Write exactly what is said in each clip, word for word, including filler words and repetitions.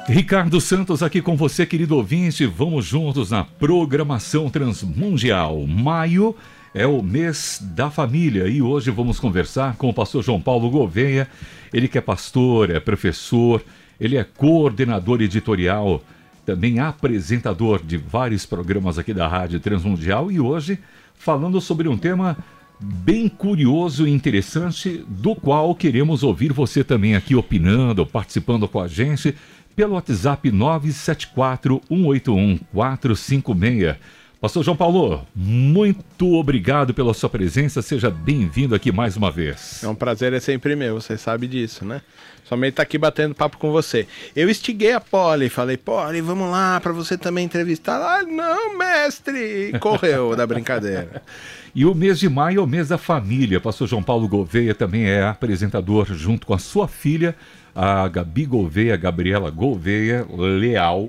Ricardo Santos aqui com você, querido ouvinte. Vamos juntos na programação Transmundial. Maio é o mês da família e hoje vamos conversar com o pastor João Paulo Gouveia. Ele que é pastor, é professor, ele é coordenador editorial, também apresentador de vários programas aqui da Rádio Transmundial e hoje falando sobre um tema bem curioso e interessante, do qual queremos ouvir você também aqui opinando, participando com a gente pelo WhatsApp nove sete quatro, um oito um, quatro cinco seis. Pastor João Paulo, muito obrigado pela sua presença, seja bem-vindo aqui mais uma vez. É um prazer, é sempre meu, você sabe disso, né? Somente estar aqui batendo papo com você. Eu instiguei a Polly, falei, Polly, vamos lá, para você também entrevistar. Ah, não, mestre! Correu da brincadeira. E o mês de maio é o mês da família. Pastor João Paulo Gouveia também é apresentador junto com a sua filha, a Gabi Gouveia, Gabriela Gouveia Leal,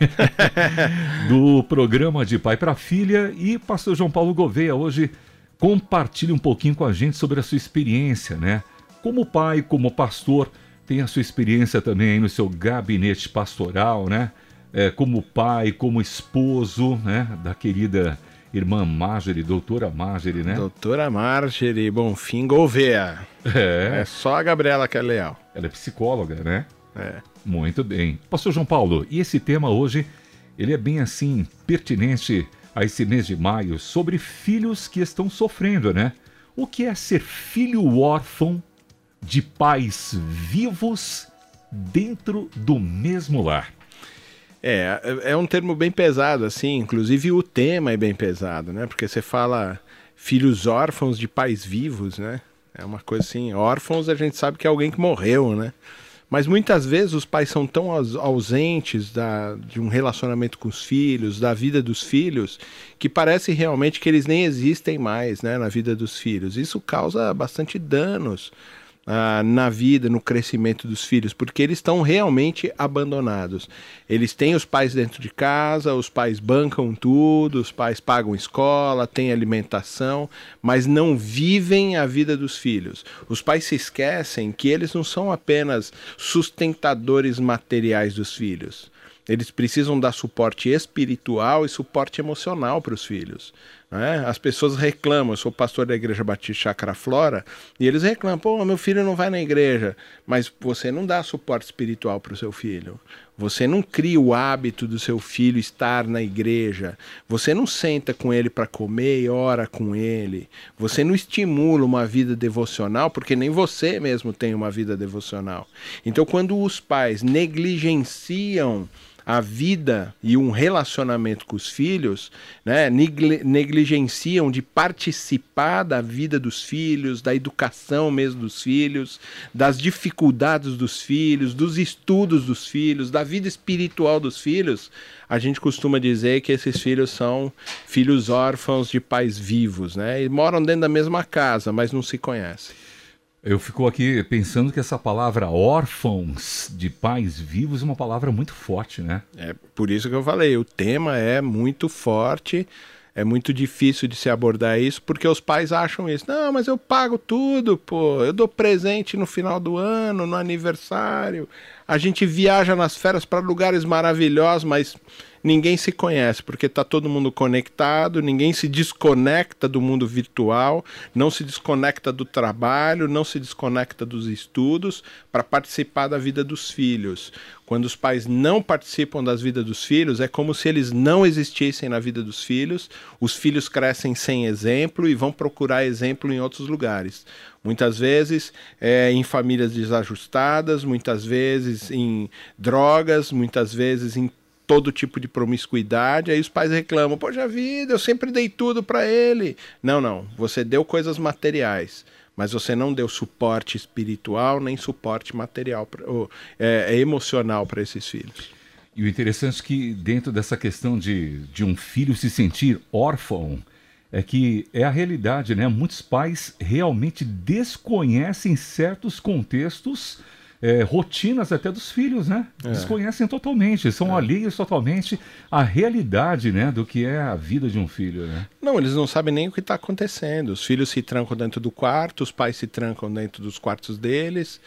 do programa De Pai para Filha. E pastor João Paulo Gouveia hoje compartilha um pouquinho com a gente sobre a sua experiência, né? Como pai, como pastor, tem a sua experiência também aí no seu gabinete pastoral, né? É, como pai, como esposo, né? Da querida irmã Marjorie, doutora Marjorie, né? Doutora Marjorie Bonfim Gouveia. É. É só a Gabriela que é leal. Ela é psicóloga, né? É. Muito bem. Pastor João Paulo, e esse tema hoje, ele é bem assim, pertinente a esse mês de maio, sobre filhos que estão sofrendo, né? O que é ser filho órfão de pais vivos dentro do mesmo lar? É, é um termo bem pesado, assim, inclusive o tema é bem pesado, né? Porque você fala filhos órfãos de pais vivos, né? É uma coisa assim, órfãos a gente sabe que é alguém que morreu, né? Mas muitas vezes os pais são tão ausentes da, de um relacionamento com os filhos, da vida dos filhos, que parece realmente que eles nem existem mais, né, na vida dos filhos. Isso causa bastante danos Ah, na vida, no crescimento dos filhos, porque eles estão realmente abandonados. Eles têm os pais dentro de casa, os pais bancam tudo, os pais pagam escola, têm alimentação, mas não vivem a vida dos filhos. Os pais se esquecem que eles não são apenas sustentadores materiais dos filhos. Eles precisam dar suporte espiritual e suporte emocional para os filhos. Né? As pessoas reclamam, eu sou pastor da Igreja Batista Chácara Flora, e eles reclamam, pô, meu filho não vai na igreja, mas você não dá suporte espiritual para o seu filho. Você não cria o hábito do seu filho estar na igreja. Você não senta com ele para comer e ora com ele. Você não estimula uma vida devocional, porque nem você mesmo tem uma vida devocional. Então, quando os pais negligenciam a vida e um relacionamento com os filhos, né, negligenciam de participar da vida dos filhos, da educação mesmo dos filhos, das dificuldades dos filhos, dos estudos dos filhos, da vida espiritual dos filhos, a gente costuma dizer que esses filhos são filhos órfãos de pais vivos, né, e moram dentro da mesma casa, mas não se conhecem. Eu fico aqui pensando que essa palavra órfãos de pais vivos é uma palavra muito forte, né? É por isso que eu falei, o tema é muito forte, é muito difícil de se abordar isso, porque os pais acham isso. Não, mas eu pago tudo, pô, eu dou presente no final do ano, no aniversário, a gente viaja nas férias para lugares maravilhosos, mas ninguém se conhece, porque está todo mundo conectado, ninguém se desconecta do mundo virtual, não se desconecta do trabalho, não se desconecta dos estudos para participar da vida dos filhos. Quando os pais não participam das vidas dos filhos, é como se eles não existissem na vida dos filhos, os filhos crescem sem exemplo e vão procurar exemplo em outros lugares. Muitas vezes é, em famílias desajustadas, muitas vezes em drogas, muitas vezes em todo tipo de promiscuidade, aí os pais reclamam, poxa vida, eu sempre dei tudo para ele. Não, não, você deu coisas materiais, mas você não deu suporte espiritual, nem suporte material, ou, é, emocional para esses filhos. E o interessante é que dentro dessa questão de, de um filho se sentir órfão, é que é a realidade, né? Muitos pais realmente desconhecem certos contextos, É, rotinas até dos filhos, né? É. Desconhecem totalmente, são é. alheios totalmente à realidade, né, do que é a vida de um filho, né? Não, eles não sabem nem o que está acontecendo. Os filhos se trancam dentro do quarto, os pais se trancam dentro dos quartos deles.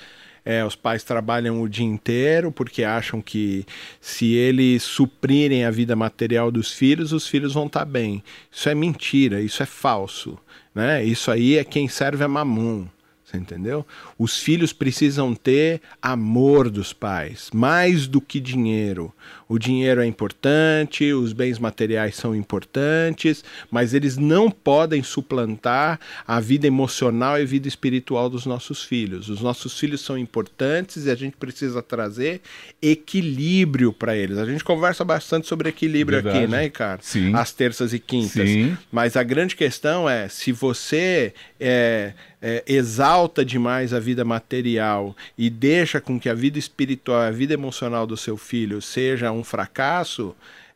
É, os pais trabalham o dia inteiro porque acham que se eles suprirem a vida material dos filhos, os filhos vão estar bem. Isso é mentira, isso é falso, né? Isso aí é quem serve a mamon. Você entendeu? Os filhos precisam ter amor dos pais, mais do que dinheiro. O dinheiro é importante, os bens materiais são importantes, mas eles não podem suplantar a vida emocional e a vida espiritual dos nossos filhos. Os nossos filhos são importantes e a gente precisa trazer equilíbrio para eles. A gente conversa bastante sobre equilíbrio Verdade. aqui, né, Ricardo? Sim. Às terças e quintas. Sim. Mas a grande questão é, se você é, é, exalta demais a vida material e deixa com que a vida espiritual, a vida emocional do seu filho seja um fracasso,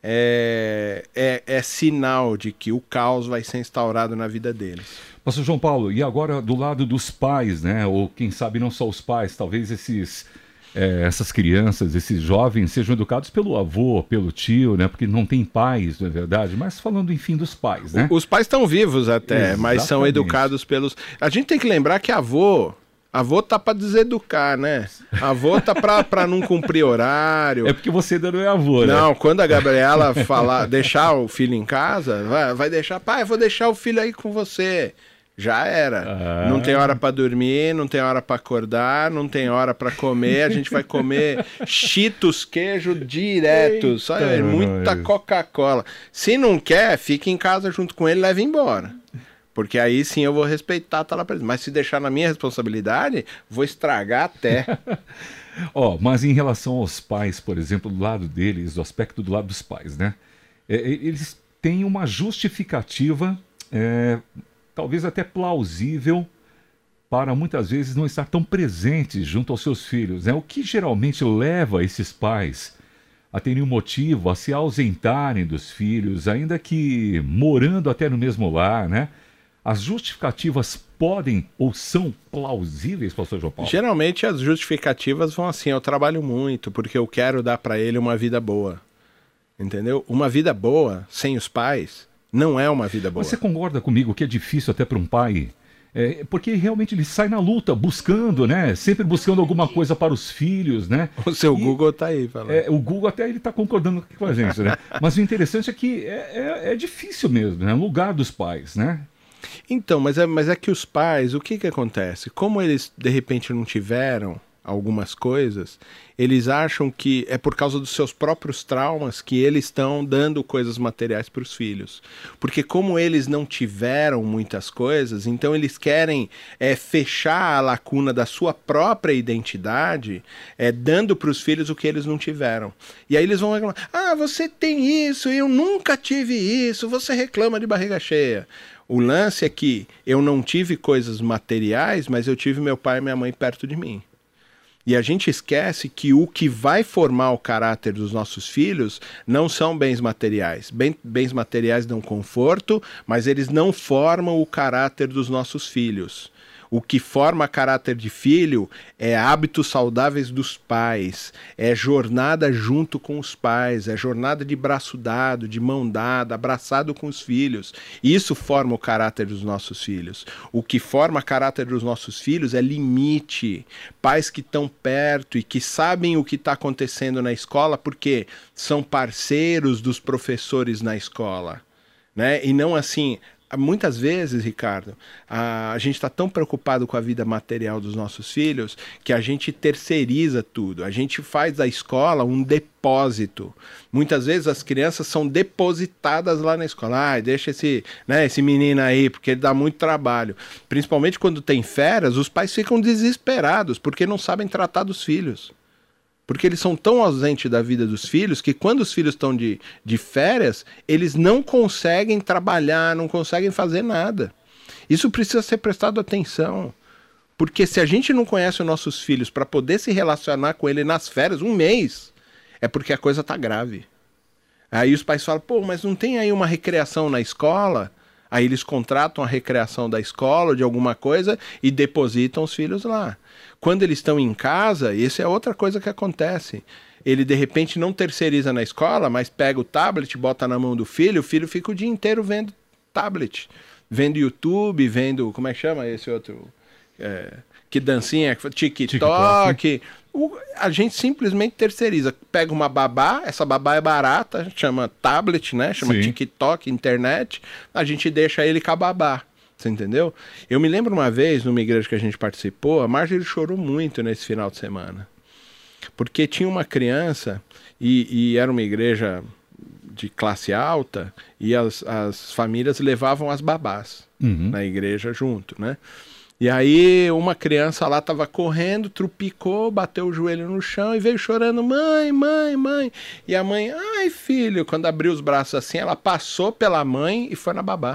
é, é, é sinal de que o caos vai ser instaurado na vida deles. Pastor João Paulo, e agora do lado dos pais, né? Ou quem sabe não só os pais, talvez esses, é, essas crianças, esses jovens sejam educados pelo avô, pelo tio, né? Porque não tem pais, não é verdade? Mas falando, enfim, dos pais, né? Os pais estão vivos até, Exatamente. Mas são educados pelos... A gente tem que lembrar que avô... Avô tá pra deseducar, né? Avô tá pra, pra não cumprir horário. É porque você ainda não é avô, né? Não, quando a Gabriela falar, deixar o filho em casa, vai, vai deixar, pai, eu vou deixar o filho aí com você. Já era. Ah. Não tem hora pra dormir, não tem hora pra acordar, não tem hora pra comer. A gente vai comer Cheetos, queijo direto. Eita, só é, muita Coca-Cola. Se não quer, fica em casa junto com ele e leva embora. Porque aí sim eu vou respeitar, tá lá presente. Mas se deixar na minha responsabilidade, vou estragar até. Ó, oh, mas em relação aos pais, por exemplo, do lado deles, do aspecto do lado dos pais, né? É, eles têm uma justificativa, é, talvez até plausível, para muitas vezes não estar tão presentes junto aos seus filhos, né? O que geralmente leva esses pais a terem um motivo, a se ausentarem dos filhos, ainda que morando até no mesmo lar, né? As justificativas podem ou são plausíveis, pastor João Paulo? Geralmente as justificativas vão assim, eu trabalho muito porque eu quero dar para ele uma vida boa, entendeu? Uma vida boa sem os pais não é uma vida boa. Você concorda comigo que é difícil até para um pai? É, porque realmente ele sai na luta, buscando, né? Sempre buscando alguma coisa para os filhos, né? O seu e, Google tá aí falando. É, o Google até ele tá concordando com a gente, né? Mas o interessante é que é, é, é difícil mesmo, né? O lugar dos pais, né? Então, mas é, mas é que os pais, o que que acontece? Como eles, de repente, não tiveram algumas coisas, eles acham que é por causa dos seus próprios traumas que eles estão dando coisas materiais para os filhos. Porque como eles não tiveram muitas coisas, então eles querem é, fechar a lacuna da sua própria identidade, é, dando para os filhos o que eles não tiveram. E aí eles vão reclamar, ah, você tem isso, eu nunca tive isso, você reclama de barriga cheia. O lance é que eu não tive coisas materiais, mas eu tive meu pai e minha mãe perto de mim. E a gente esquece que o que vai formar o caráter dos nossos filhos não são bens materiais. Ben, bens materiais dão conforto, mas eles não formam o caráter dos nossos filhos. O que forma caráter de filho é hábitos saudáveis dos pais, é jornada junto com os pais, é jornada de braço dado, de mão dada, abraçado com os filhos. Isso forma o caráter dos nossos filhos. O que forma caráter dos nossos filhos é limite. Pais que estão perto e que sabem o que está acontecendo na escola porque são parceiros dos professores na escola, né? E não assim... Muitas vezes, Ricardo, a, a gente está tão preocupado com a vida material dos nossos filhos que a gente terceiriza tudo. A gente faz da escola um depósito. Muitas vezes as crianças são depositadas lá na escola. Ah, deixa esse, né, esse menino aí, porque ele dá muito trabalho. Principalmente quando tem férias, os pais ficam desesperados porque não sabem tratar dos filhos. Porque eles são tão ausentes da vida dos filhos que quando os filhos estão de, de férias, eles não conseguem trabalhar, não conseguem fazer nada. Isso precisa ser prestado atenção. Porque se a gente não conhece os nossos filhos para poder se relacionar com ele nas férias, um mês, é porque a coisa está grave. Aí os pais falam, pô, mas não tem aí uma recreação na escola? Aí eles contratam a recreação da escola ou de alguma coisa e depositam os filhos lá. Quando eles estão em casa, isso é outra coisa que acontece. Ele, de repente, não terceiriza na escola, mas pega o tablet, bota na mão do filho, o filho fica o dia inteiro vendo tablet. Vendo YouTube, vendo... Como é que chama esse outro... É, Que dancinha, TikTok. TikTok. O, a gente simplesmente terceiriza. Pega uma babá, essa babá é barata, chama tablet, né? Chama Sim. TikTok, internet. A gente deixa ele com a babá. Você entendeu? Eu me lembro uma vez, numa igreja que a gente participou, a Marjorie chorou muito nesse final de semana. Porque tinha uma criança, e, e era uma igreja de classe alta, e as, as famílias levavam as babás uhum. na igreja junto, né? E aí uma criança lá estava correndo, trupicou, bateu o joelho no chão e veio chorando, mãe, mãe, mãe. E a mãe, ai filho, quando abriu os braços assim, ela passou pela mãe e foi na babá.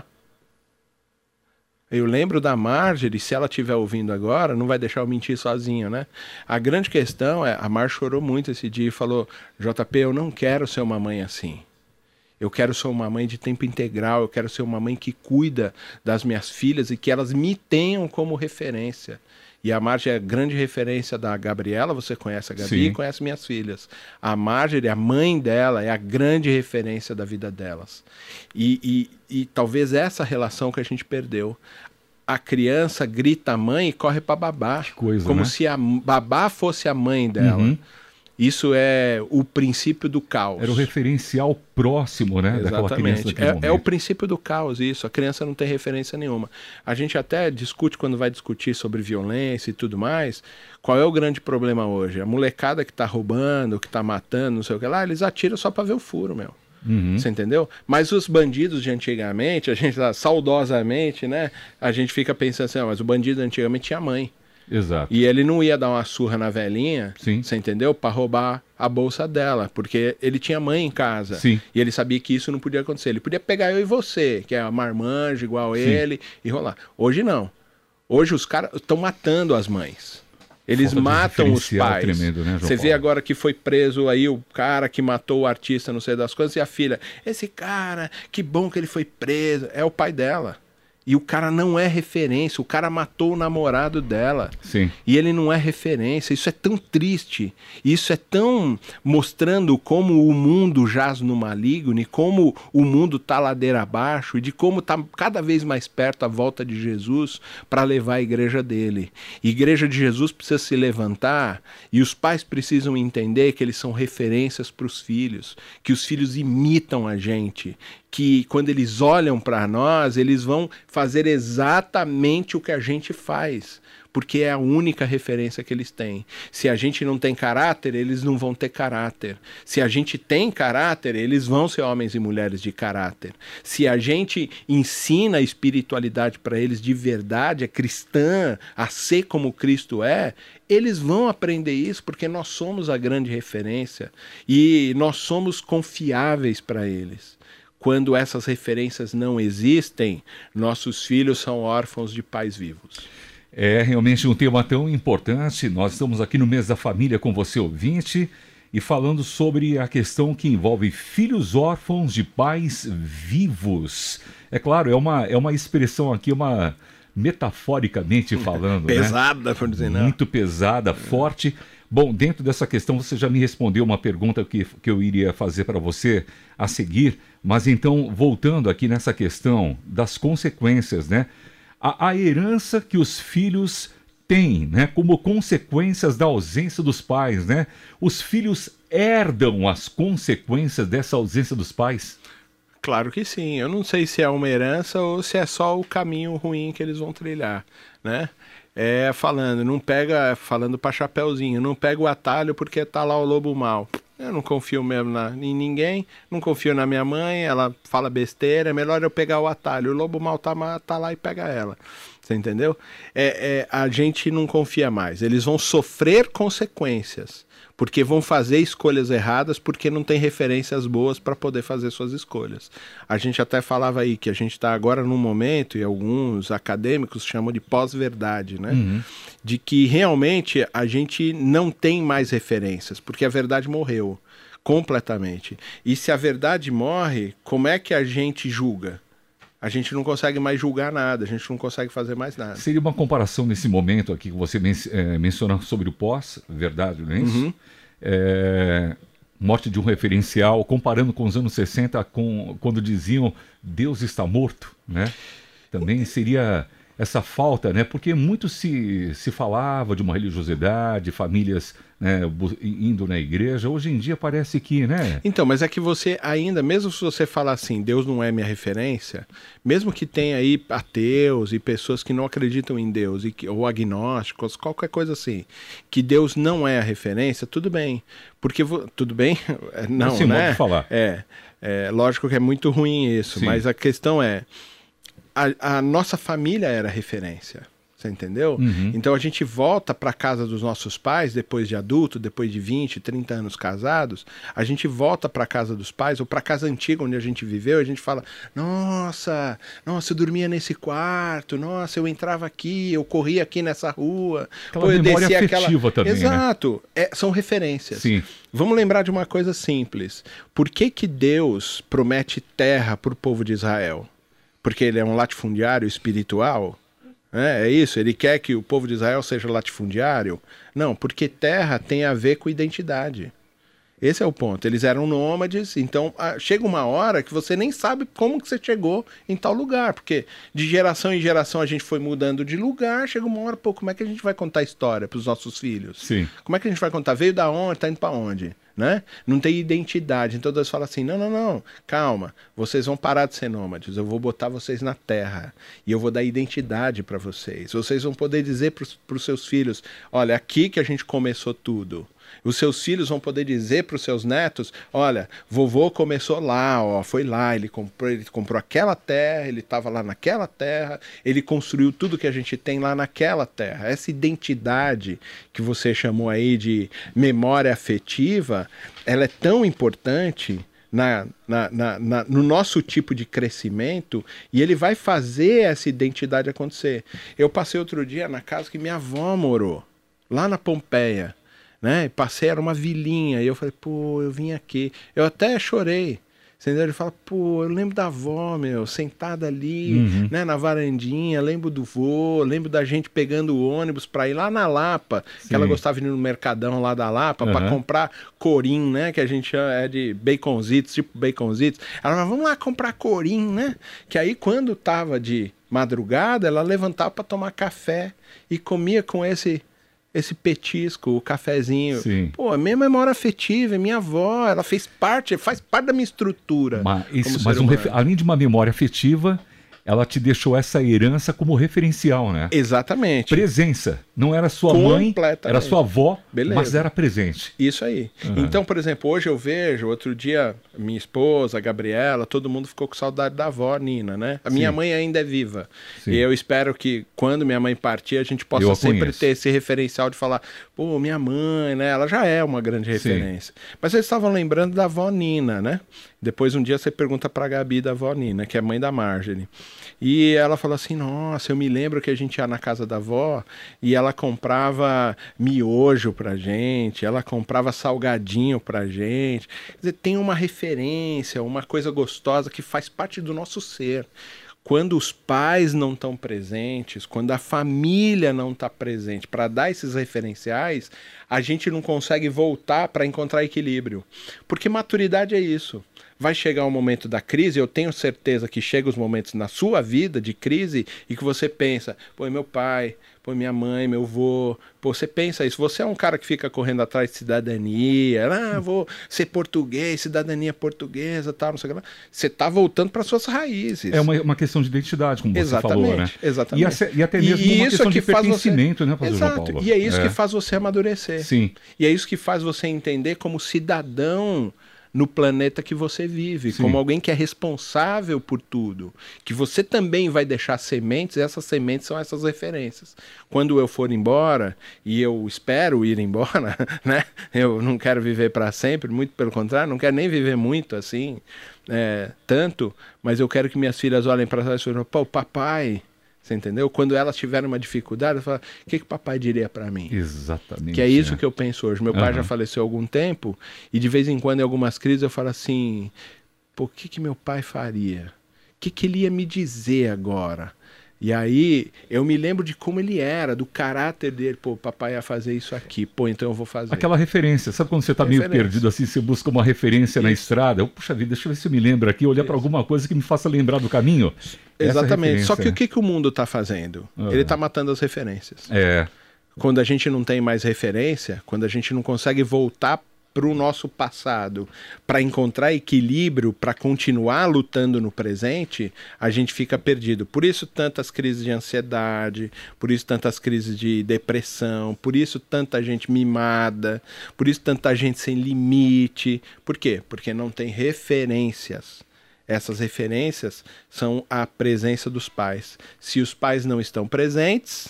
Eu lembro da Marjorie, se ela estiver ouvindo agora, não vai deixar eu mentir sozinho, né? A grande questão é, a Mar chorou muito esse dia e falou, J P, eu não quero ser uma mãe assim. Eu quero ser uma mãe de tempo integral, eu quero ser uma mãe que cuida das minhas filhas e que elas me tenham como referência. E a Marjorie é a grande referência da Gabriela, você conhece a Gabi Sim. e conhece minhas filhas. A Marjorie, a mãe dela, é a grande referência da vida delas. E, e, e talvez essa relação que a gente perdeu. A criança grita a mãe e corre para babá, que coisa, como né? se a babá fosse a mãe dela. Uhum. Isso é o princípio do caos. Era o referencial próximo, né? Daquela criança naquele momento. É, é o princípio do caos, isso. A criança não tem referência nenhuma. A gente até discute, quando vai discutir sobre violência e tudo mais, qual é o grande problema hoje? A molecada que tá roubando, que tá matando, não sei o que lá, eles atiram só para ver o furo, meu. Uhum. Você entendeu? Mas os bandidos de antigamente, a gente tá saudosamente, né? A gente fica pensando assim, ah, mas o bandido antigamente tinha mãe. Exato. E ele não ia dar uma surra na velhinha, Sim. você entendeu? Para roubar a bolsa dela, porque ele tinha mãe em casa. Sim. E ele sabia que isso não podia acontecer. Ele podia pegar eu e você, que é a marmanja igual Sim. ele, e rolar. Hoje não. Hoje os caras estão matando as mães. Eles Falta matam os pais. Tremendo, né, Você vê agora que foi preso aí o cara que matou o artista, não sei das coisas, e a filha, esse cara, que bom que ele foi preso. É o pai dela. E o cara não é referência, o cara matou o namorado dela. Sim. E ele não é referência. Isso é tão triste. Isso é tão mostrando como o mundo jaz no maligno e como o mundo tá ladeira abaixo e de como tá cada vez mais perto a volta de Jesus para levar a igreja dele. A igreja de Jesus precisa se levantar e os pais precisam entender que eles são referências para os filhos, que os filhos imitam a gente, que quando eles olham para nós, eles vão fazer exatamente o que a gente faz, porque é a única referência que eles têm. Se a gente não tem caráter, eles não vão ter caráter. Se a gente tem caráter, eles vão ser homens e mulheres de caráter. Se a gente ensina a espiritualidade para eles de verdade, é cristã, a ser como Cristo é, eles vão aprender isso porque nós somos a grande referência e nós somos confiáveis para eles. Quando essas referências não existem, nossos filhos são órfãos de pais vivos. É realmente um tema tão importante. Nós estamos aqui no Mês da Família com você, ouvinte, e falando sobre a questão que envolve filhos órfãos de pais vivos. É claro, é uma, é uma expressão aqui, uma metaforicamente falando, pesada, né? por dizer não. Muito pesada, forte. Bom, dentro dessa questão você já me respondeu uma pergunta que, que eu iria fazer para você a seguir, mas então, voltando aqui nessa questão das consequências, né? A, a herança que os filhos têm, né? Como consequências da ausência dos pais, né? Os filhos herdam as consequências dessa ausência dos pais? Claro que sim. Eu não sei se é uma herança ou se é só o caminho ruim que eles vão trilhar, né? É, falando, não pega, falando para Chapeuzinho, não pega o atalho porque tá lá o lobo mau. Eu não confio mesmo na, em ninguém, não confio na minha mãe, ela fala besteira, é melhor eu pegar o atalho. O lobo mau tá, tá lá e pega ela. Você entendeu? É, é, a gente não confia mais. Eles vão sofrer consequências, porque vão fazer escolhas erradas, porque não tem referências boas para poder fazer suas escolhas. A gente até falava aí que a gente está agora num momento, e alguns acadêmicos chamam de pós-verdade, né? Uhum. De que realmente a gente não tem mais referências, porque a verdade morreu completamente. E se a verdade morre, como é que a gente julga? A gente não consegue mais julgar nada, a gente não consegue fazer mais nada. Seria uma comparação nesse momento aqui que você men é, mencionou sobre o pós, verdade, não é isso? Uhum. É, morte de um referencial, comparando com os anos sessenta, com, quando diziam Deus está morto, né? Também seria essa falta, né? Porque muito se, se falava de uma religiosidade, famílias, né, indo na igreja. Hoje em dia parece que, né? Então, mas é que você ainda, mesmo se você falar assim, Deus não é minha referência, mesmo que tenha aí ateus e pessoas que não acreditam em Deus, e que, ou agnósticos, qualquer coisa assim, que Deus não é a referência, tudo bem. Porque, tudo bem? Não, Esse né? modo de falar. É, é, lógico que é muito ruim isso, Sim. mas a questão é, A, a nossa família era referência, você entendeu? Uhum. Então a gente volta para casa dos nossos pais, depois de adulto, depois de vinte, trinta anos casados, a gente volta para casa dos pais, ou para casa antiga onde a gente viveu, a gente fala, nossa, nossa, eu dormia nesse quarto, nossa, eu entrava aqui, eu corria aqui nessa rua. Aquela pô, eu memória descia afetiva aquela... também, Exato, né? É, são referências. Sim. Vamos lembrar de uma coisa simples. Por que que Deus promete terra para o povo de Israel? Porque ele é um latifundiário espiritual? É, é isso? Ele quer que o povo de Israel seja latifundiário? Não, porque terra tem a ver com identidade. Esse é o ponto. Eles eram nômades, então ah, chega uma hora que você nem sabe como que você chegou em tal lugar, porque de geração em geração a gente foi mudando de lugar, chega uma hora, pô, como é que a gente vai contar a história para os nossos filhos? Sim. Como é que a gente vai contar? Veio da onde, tá indo para onde? Né? Não tem identidade. Então Deus fala assim, não, não, não, calma, vocês vão parar de ser nômades, eu vou botar vocês na terra e eu vou dar identidade para vocês. Vocês vão poder dizer para os seus filhos, olha, aqui que a gente começou tudo. Os seus filhos vão poder dizer para os seus netos, olha, vovô começou lá, ó, foi lá, ele comprou, ele comprou aquela terra, ele estava lá naquela terra, ele construiu tudo que a gente tem lá naquela terra. Essa identidade que você chamou aí de memória afetiva, ela é tão importante na, na, na, na, no nosso tipo de crescimento, e ele vai fazer essa identidade acontecer. Eu passei outro dia na casa que minha avó morou, lá na Pompeia. Né? Passei, era uma vilinha, e eu falei, pô, eu vim aqui. Eu até chorei. Entendeu? Ele fala, pô, eu lembro da avó, meu, sentada ali, uhum. né, na varandinha, lembro do vô, lembro da gente pegando o ônibus para ir lá na Lapa, Sim. que ela gostava de ir no Mercadão lá da Lapa, uhum. para comprar corim, né, que a gente chama é de baconzitos, tipo baconzitos. Ela falava, vamos lá comprar corim, né? Que aí quando tava de madrugada, ela levantava para tomar café e comia com esse... esse petisco, o cafezinho. Sim. Pô, a minha memória afetiva, minha avó, ela fez parte, faz parte da minha estrutura. Mas, isso, mas um refer... além de uma memória afetiva, ela te deixou essa herança como referencial, né? Exatamente. Presença. Não era sua mãe, era sua avó, Beleza. Mas era presente. Isso aí. Uhum. Então, por exemplo, hoje eu vejo, outro dia, minha esposa, a Gabriela, todo mundo ficou com saudade da avó, Nina, né? A Sim. minha mãe ainda é viva. Sim. E eu espero que, quando minha mãe partir, a gente possa eu sempre conheço. ter esse referencial de falar, pô, minha mãe, né? Ela já é uma grande referência. Sim. Mas vocês estavam lembrando da avó Nina, né? Depois um dia você pergunta pra Gabi da avó Nina, que é mãe da Marjorie. E ela falou assim, nossa, eu me lembro que a gente ia na casa da avó e ela comprava miojo pra gente, ela comprava salgadinho pra gente. Quer dizer, tem uma referência, uma coisa gostosa que faz parte do nosso ser. Quando os pais não estão presentes, quando a família não está presente para dar esses referenciais, a gente não consegue voltar para encontrar equilíbrio. Porque maturidade é isso. Vai chegar o momento da crise, eu tenho certeza que chegam os momentos na sua vida de crise e que você pensa, pô, meu pai, pô, minha mãe, meu avô, pô, você pensa isso, você é um cara que fica correndo atrás de cidadania, ah, vou ser português, cidadania portuguesa, tal, não sei o que lá. Você tá voltando para suas raízes. É uma, uma questão de identidade, como exatamente, você falou, né? Exatamente. E, a, e até mesmo e uma questão de pertencimento, você... né, pastor Exato. João Paulo? E é isso é. que faz você amadurecer. Sim. E é isso que faz você entender como cidadão no planeta que você vive, Sim. como alguém que é responsável por tudo, que você também vai deixar sementes, e essas sementes são essas referências. Quando eu for embora, e eu espero ir embora, né? Eu não quero viver para sempre, muito pelo contrário, não quero nem viver muito assim, é, tanto, mas eu quero que minhas filhas olhem para trás e falem, pô, papai... Você entendeu? Quando elas tiverem uma dificuldade, fala, o que, que o papai diria para mim? Exatamente. Que é isso é. que eu penso hoje. Meu pai uhum. já faleceu há algum tempo e de vez em quando, em algumas crises, eu falo assim, pô, o que, que meu pai faria? O que, que ele ia me dizer agora? E aí eu me lembro de como ele era, do caráter dele. Pô, papai ia fazer isso aqui, pô, então eu vou fazer. Aquela referência, sabe quando você está meio perdido assim, você busca uma referência isso. na estrada? Eu, puxa vida, deixa eu ver se eu me lembro aqui, olhar para alguma coisa que me faça lembrar do caminho. Exatamente, só que o que, que o mundo está fazendo? Ah. Ele está matando as referências. É. Quando a gente não tem mais referência, quando a gente não consegue voltar para o nosso passado, para encontrar equilíbrio, para continuar lutando no presente, a gente fica perdido. Por isso tantas crises de ansiedade, por isso tantas crises de depressão, por isso tanta gente mimada, por isso tanta gente sem limite. Por quê? Porque não tem referências. Essas referências são a presença dos pais. Se os pais não estão presentes,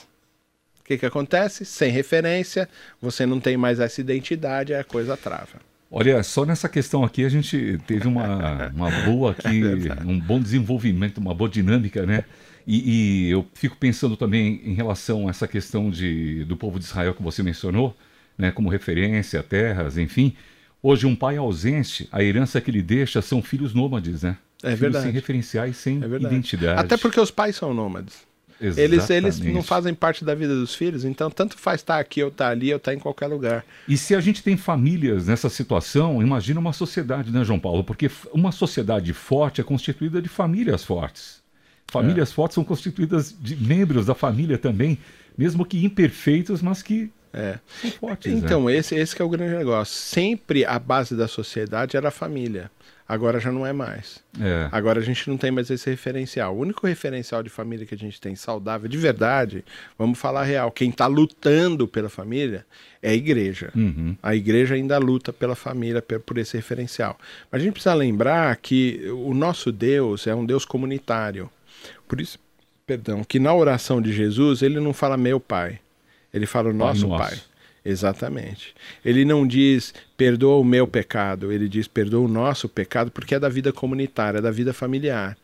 o que, que acontece? Sem referência, você não tem mais essa identidade, a coisa trava. Olha, só nessa questão aqui a gente teve uma, uma boa aqui, um bom desenvolvimento, uma boa dinâmica, né? E, e eu fico pensando também em relação a essa questão de, do povo de Israel que você mencionou, né? Como referência, terras, enfim. Hoje um pai ausente, a herança que ele deixa são filhos nômades, né? É filhos verdade. Sem referenciais, sem é identidade. Até porque os pais são nômades. Eles, eles não fazem parte da vida dos filhos, então tanto faz estar aqui ou estar ali ou estar em qualquer lugar. E se a gente tem famílias nessa situação, imagina uma sociedade, né, João Paulo? Porque uma sociedade forte é constituída de famílias fortes. Famílias é. fortes são constituídas de membros da família também, mesmo que imperfeitos, mas que é. são fortes. Então, né? esse, esse que é o grande negócio. Sempre a base da sociedade era a família. Agora já não é mais. É. Agora a gente não tem mais esse referencial. O único referencial de família que a gente tem saudável, de verdade, vamos falar real, quem está lutando pela família é a igreja. Uhum. A igreja ainda luta pela família, por esse referencial. Mas a gente precisa lembrar que o nosso Deus é um Deus comunitário. Por isso, perdão, que na oração de Jesus ele não fala meu pai, ele fala o nosso Pai. pai. Exatamente. Ele não diz, perdoa o meu pecado, ele diz, perdoa o nosso pecado, porque é da vida comunitária, é da vida familiar.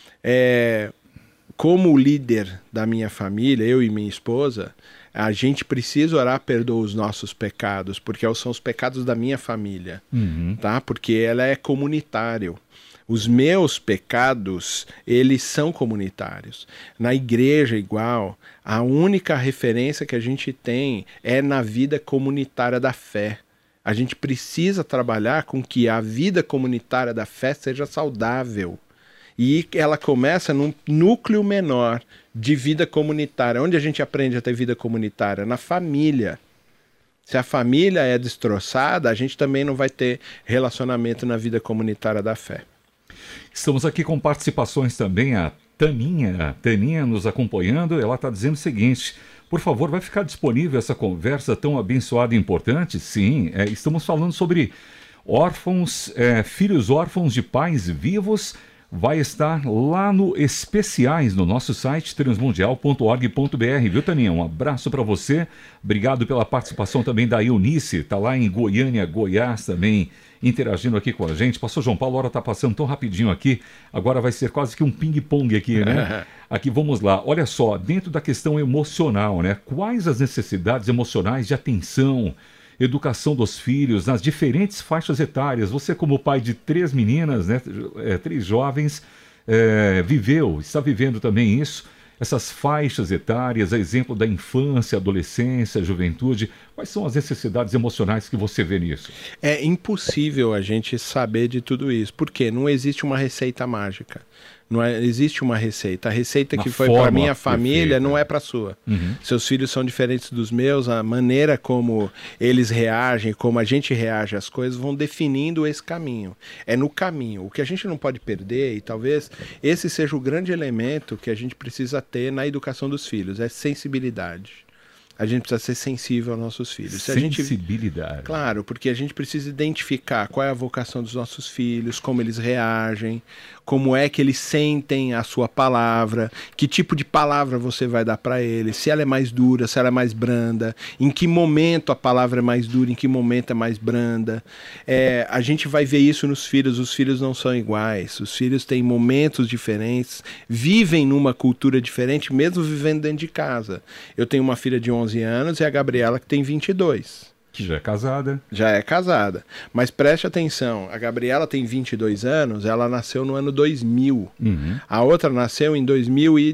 É, como líder da minha família, eu e minha esposa, a gente precisa orar, perdoa os nossos pecados, porque são os pecados da minha família, uhum. tá? Porque ela é comunitário. Os meus pecados, eles são comunitários. Na igreja, igual, a única referência que a gente tem é na vida comunitária da fé. A gente precisa trabalhar com que a vida comunitária da fé seja saudável. E ela começa num núcleo menor de vida comunitária. Onde a gente aprende a ter vida comunitária? Na família. Se a família é destroçada, a gente também não vai ter relacionamento na vida comunitária da fé. Estamos aqui com participações também, a Taninha, a Taninha nos acompanhando, ela está dizendo o seguinte, por favor, vai ficar disponível essa conversa tão abençoada e importante? Sim, é, estamos falando sobre órfãos, é, filhos órfãos de pais vivos, vai estar lá no Especiais, no nosso site transmundial ponto org ponto br, viu, Taninha? Um abraço para você, obrigado pela participação também da Eunice, está lá em Goiânia, Goiás também, interagindo aqui com a gente. Pastor João Paulo, a hora está passando tão rapidinho aqui, agora vai ser quase que um ping-pong aqui, né? Aqui, vamos lá, olha só, dentro da questão emocional, né? Quais as necessidades emocionais de atenção, educação dos filhos, nas diferentes faixas etárias? Você, como pai de três meninas, né? É, três jovens, é, viveu, está vivendo também isso, essas faixas etárias, a exemplo da infância, adolescência, juventude, quais são as necessidades emocionais que você vê nisso? É impossível a gente saber de tudo isso, porque não existe uma receita mágica. Não é, existe uma receita. A receita uma que foi para minha família perfeita. Não é para a sua. Uhum. Seus filhos são diferentes dos meus, a maneira como eles reagem, como a gente reage às coisas, vão definindo esse caminho. É no caminho. O que a gente não pode perder, e talvez esse seja o grande elemento que a gente precisa ter na educação dos filhos, é sensibilidade. A gente precisa ser sensível aos nossos filhos. Se Sensibilidade. A gente... Claro, porque a gente precisa identificar qual é a vocação dos nossos filhos, como eles reagem, como é que eles sentem a sua palavra, que tipo de palavra você vai dar para eles, se ela é mais dura, se ela é mais branda, em que momento a palavra é mais dura, em que momento é mais branda. É, a gente vai ver isso nos filhos, os filhos não são iguais, os filhos têm momentos diferentes, vivem numa cultura diferente, mesmo vivendo dentro de casa. Eu tenho uma filha de onze anos e a Gabriela que tem vinte e dois. Que já é casada. Já é casada. Mas preste atenção, a Gabriela tem vinte e dois anos, ela nasceu no ano dois mil. Uhum. A outra nasceu em dois mil e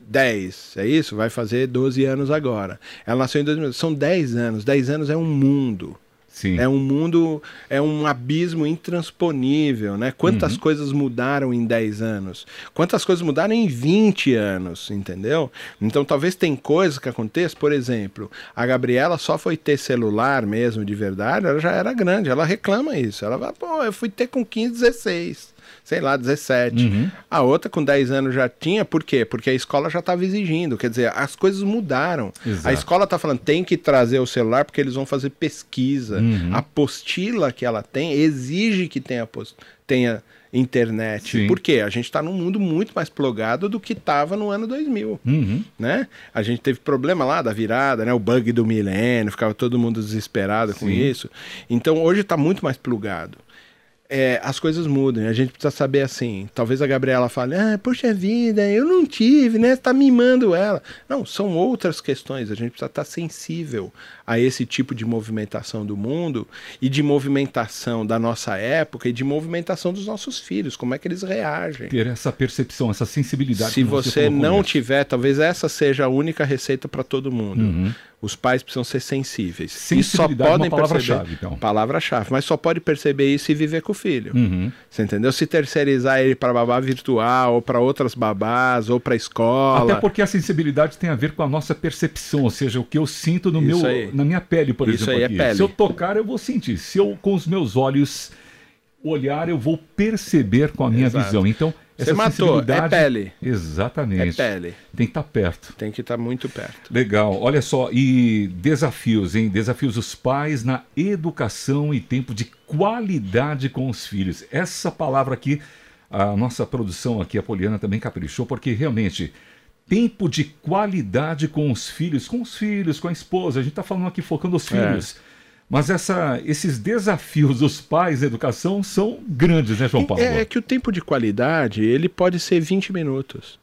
dez, é isso? Vai fazer doze anos agora. Ela nasceu em dois mil, são dez anos, dez anos é um mundo. Sim. É um mundo, é um abismo intransponível, né? Quantas uhum. coisas mudaram em dez anos? Quantas coisas mudaram em vinte anos, entendeu? Então talvez tem coisas que aconteçam, por exemplo, a Gabriela só foi ter celular mesmo, de verdade, ela já era grande, ela reclama isso. Ela vai, pô, eu fui ter com quinze, dezesseis. Sei lá, dezessete. Uhum. A outra com dez anos já tinha, por quê? Porque a escola já estava exigindo, quer dizer, as coisas mudaram. Exato. A escola está falando, tem que trazer o celular porque eles vão fazer pesquisa. Uhum. A apostila que ela tem exige que tenha, tenha internet. Sim. Por quê? A gente está num mundo muito mais plugado do que estava no ano dois mil. Uhum. Né? A gente teve problema lá da virada, né? O bug do milênio, ficava todo mundo desesperado com Sim. isso. Então hoje está muito mais plugado. É, as coisas mudam, e a gente precisa saber assim, talvez a Gabriela fale, ah, poxa vida, eu não tive, né, você tá mimando ela. Não, são outras questões, a gente precisa estar sensível a esse tipo de movimentação do mundo e de movimentação da nossa época e de movimentação dos nossos filhos, como é que eles reagem. Ter essa percepção, essa sensibilidade. Se você, você não tiver, talvez essa seja a única receita para todo mundo. Uhum. Os pais precisam ser sensíveis. Sensibilidade e só podem é uma palavra-chave, então. Palavra-chave, mas só pode perceber isso e viver com o filho. Uhum. Você entendeu? Se terceirizar ele para babá virtual, ou para outras babás, ou para escola. Até porque a sensibilidade tem a ver com a nossa percepção, ou seja, o que eu sinto no meu, na minha pele, por isso exemplo. Aí aqui. É pele. Se eu tocar, eu vou sentir. Se eu, com os meus olhos, olhar, eu vou perceber com a minha Exato. visão. Então, Você matou, é pele. Exatamente. É pele. Tem que estar perto. Tem que estar muito perto. Legal. Olha só, e desafios, hein? Desafios dos pais na educação e tempo de qualidade com os filhos. Essa palavra aqui, a nossa produção aqui, a Poliana, também caprichou, porque realmente, tempo de qualidade com os filhos, com os filhos, com a esposa, a gente está falando aqui focando os filhos. É. Mas essa, esses desafios dos pais na educação são grandes, né, João Paulo? É, é que o tempo de qualidade, ele pode ser vinte minutos.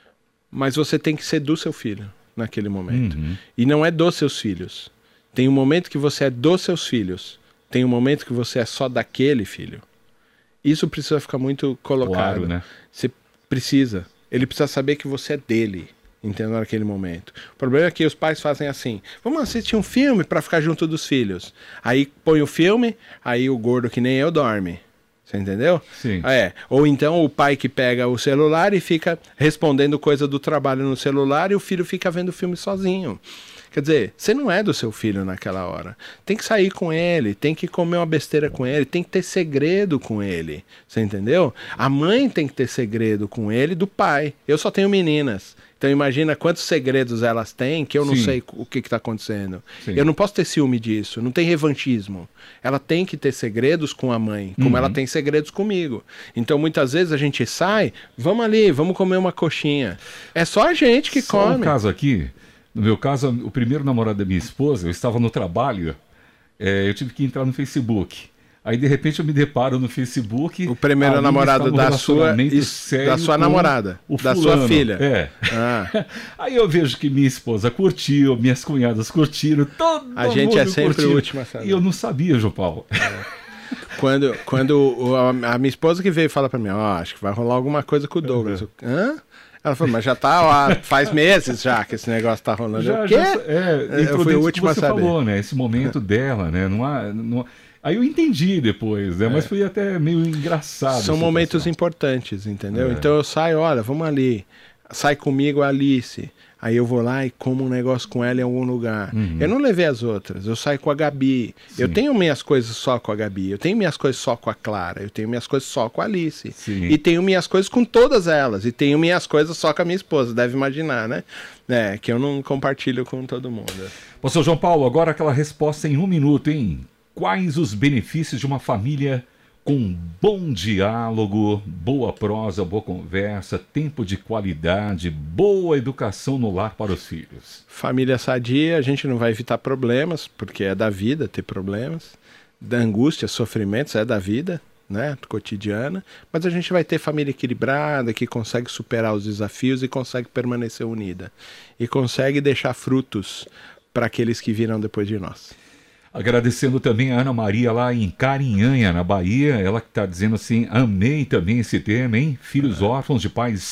Mas você tem que ser do seu filho naquele momento. Uhum. E não é dos seus filhos. Tem um momento que você é dos seus filhos. Tem um momento que você é só daquele filho. Isso precisa ficar muito colocado. Claro, né? Você precisa. Ele precisa saber que você é dele. Entendeu? Naquele momento. O problema é que os pais fazem assim, vamos assistir um filme para ficar junto dos filhos. Aí põe o filme, aí o gordo que nem eu dorme. Você entendeu? Sim. É. Ou então o pai que pega o celular e fica respondendo coisa do trabalho no celular e o filho fica vendo o filme sozinho. Quer dizer, você não é do seu filho naquela hora. Tem que sair com ele, tem que comer uma besteira com ele, tem que ter segredo com ele. Você entendeu? A mãe tem que ter segredo com ele do pai. Eu só tenho meninas. Então imagina quantos segredos elas têm que eu não Sim. sei o que está acontecendo. Sim. Eu não posso ter ciúme disso, não tem revanchismo. Ela tem que ter segredos com a mãe, como uhum. ela tem segredos comigo. Então muitas vezes a gente sai, vamos ali, vamos comer uma coxinha. É só a gente que só come. Um caso aqui, no meu caso, o primeiro namorado da minha esposa, eu estava no trabalho, é, eu tive que entrar no Facebook. Aí, de repente, eu me deparo no Facebook... O primeiro namorado da sua, da sua namorada, da fulano. Sua filha. É. Ah. Aí eu vejo que minha esposa curtiu, minhas cunhadas curtiram, todo A gente mundo é sempre curtiu. o último a saber. E eu não sabia, João Paulo. É. Quando, quando a minha esposa que veio fala pra mim, ó, oh, acho que vai rolar alguma coisa com o Douglas. Eu, Hã? Ela falou, mas já tá, ó, faz meses já que esse negócio tá rolando. Já, eu, já, é, eu fui o último que a você saber. falou, né? Esse momento dela, né? Não há... Não... Aí eu entendi depois, né? É. Mas foi até meio engraçado. São momentos importantes, entendeu? É. Então eu saio, olha, vamos ali. Sai comigo a Alice. Aí eu vou lá e como um negócio com ela em algum lugar. Uhum. Eu não levei as outras, eu saio com a Gabi. Sim. Eu tenho minhas coisas só com a Gabi, eu tenho minhas coisas só com a Clara, eu tenho minhas coisas só com a Alice. Sim. E tenho minhas coisas com todas elas. E tenho minhas coisas só com a minha esposa, deve imaginar, né? É, que eu não compartilho com todo mundo. Pastor João Paulo, agora aquela resposta em um minuto, hein? Quais os benefícios de uma família com bom diálogo, boa prosa, boa conversa, tempo de qualidade, boa educação no lar para os filhos? Família sadia, a gente não vai evitar problemas, porque é da vida ter problemas. Da angústia, sofrimentos, é da vida, né, cotidiana. Mas a gente vai ter família equilibrada, que consegue superar os desafios e consegue permanecer unida. E consegue deixar frutos para aqueles que virão depois de nós. Agradecendo também a Ana Maria lá em Carinhanha, na Bahia. Ela que está dizendo assim, amei também esse tema, hein? Filhos órfãos de pais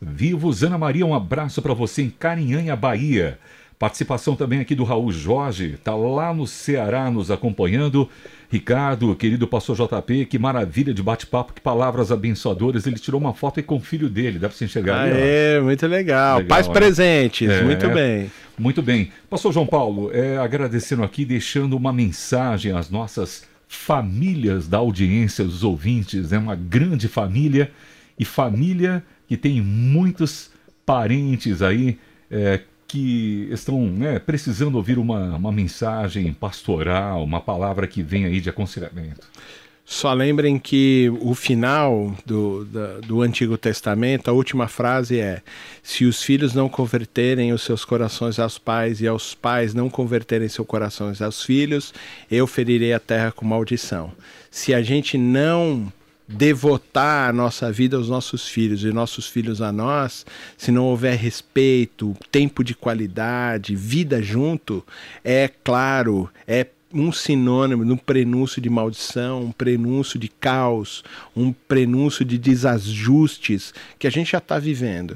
vivos. Ana Maria, um abraço para você em Carinhanha, Bahia. Participação também aqui do Raul Jorge, está lá no Ceará nos acompanhando. Ricardo, querido pastor J P, que maravilha de bate-papo, que palavras abençoadoras. Ele tirou uma foto aí com o filho dele, dá para você enxergar ah, ali? É, muito legal. legal Pais né? presentes, é, muito bem. Muito bem. Pastor João Paulo, é, agradecendo aqui, deixando uma mensagem às nossas famílias da audiência, os ouvintes. É uma grande família e família que tem muitos parentes aí, é, que estão né, precisando ouvir uma, uma mensagem pastoral, uma palavra que vem aí de aconselhamento. Só lembrem que o final do, do, do Antigo Testamento, a última frase é: se os filhos não converterem os seus corações aos pais e aos pais não converterem seus corações aos filhos, eu ferirei a terra com maldição. Se a gente não devotar a nossa vida aos nossos filhos e nossos filhos a nós, se não houver respeito, tempo de qualidade, vida junto, é claro, é um sinônimo de um prenúncio de maldição, um prenúncio de caos, um prenúncio de desajustes que a gente já está vivendo.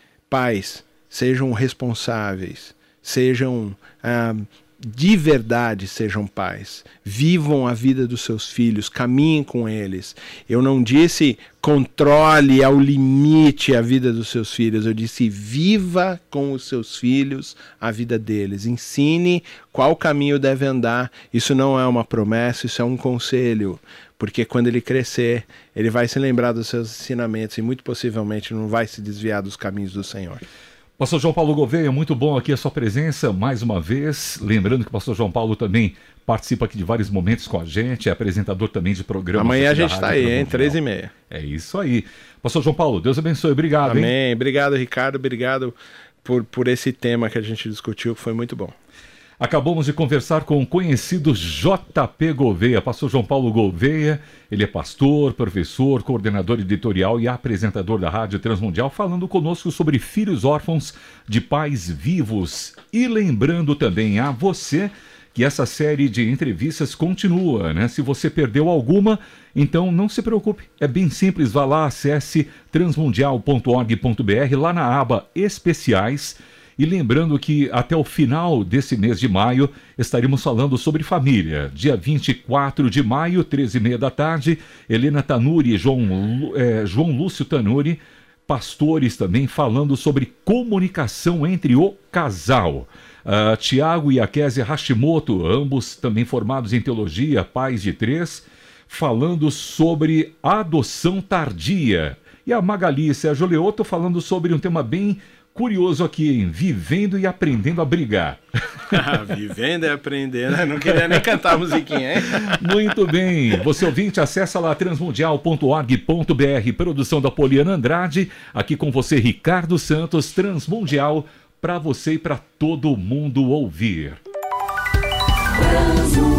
Pais, sejam responsáveis, sejam ah, de verdade sejam pais, vivam a vida dos seus filhos, caminhem com eles. Eu não disse controle ao limite a vida dos seus filhos, eu disse viva com os seus filhos a vida deles, ensine qual caminho deve andar. Isso não é uma promessa, isso é um conselho, porque quando ele crescer, ele vai se lembrar dos seus ensinamentos e muito possivelmente não vai se desviar dos caminhos do Senhor. Pastor João Paulo Gouveia, muito bom aqui a sua presença mais uma vez. Lembrando que o pastor João Paulo também participa aqui de vários momentos com a gente, é apresentador também de programas. Amanhã a gente está aí, hein? três e meia. É isso aí. Pastor João Paulo, Deus abençoe. Obrigado, Amém. hein? Obrigado, Ricardo. Obrigado por, por esse tema que a gente discutiu, que foi muito bom. Acabamos de conversar com o conhecido J P Gouveia, pastor João Paulo Gouveia. Ele é pastor, professor, coordenador editorial e apresentador da Rádio Transmundial, falando conosco sobre filhos órfãos de pais vivos. E lembrando também a você que essa série de entrevistas continua, né? Se você perdeu alguma, então não se preocupe. É bem simples, vá lá, acesse transmundial ponto org ponto br, lá na aba Especiais. E lembrando que até o final desse mês de maio estaremos falando sobre família. Dia vinte e quatro de maio, treze e meia da tarde, Helena Tanuri e João, é, João Lúcio Tanuri, pastores também, falando sobre comunicação entre o casal. Uh, Tiago e a Kézia Hashimoto, ambos também formados em teologia, pais de três, falando sobre adoção tardia. E a Magali e Sérgio Leoto falando sobre um tema bem curioso aqui, hein? Vivendo e aprendendo a brigar. Vivendo e aprendendo. Não queria nem cantar a musiquinha, hein? Muito bem. Você ouvinte, acessa lá transmundial ponto org ponto br, produção da Poliana Andrade. Aqui com você, Ricardo Santos, Transmundial, para você e para todo mundo ouvir. Transmundial.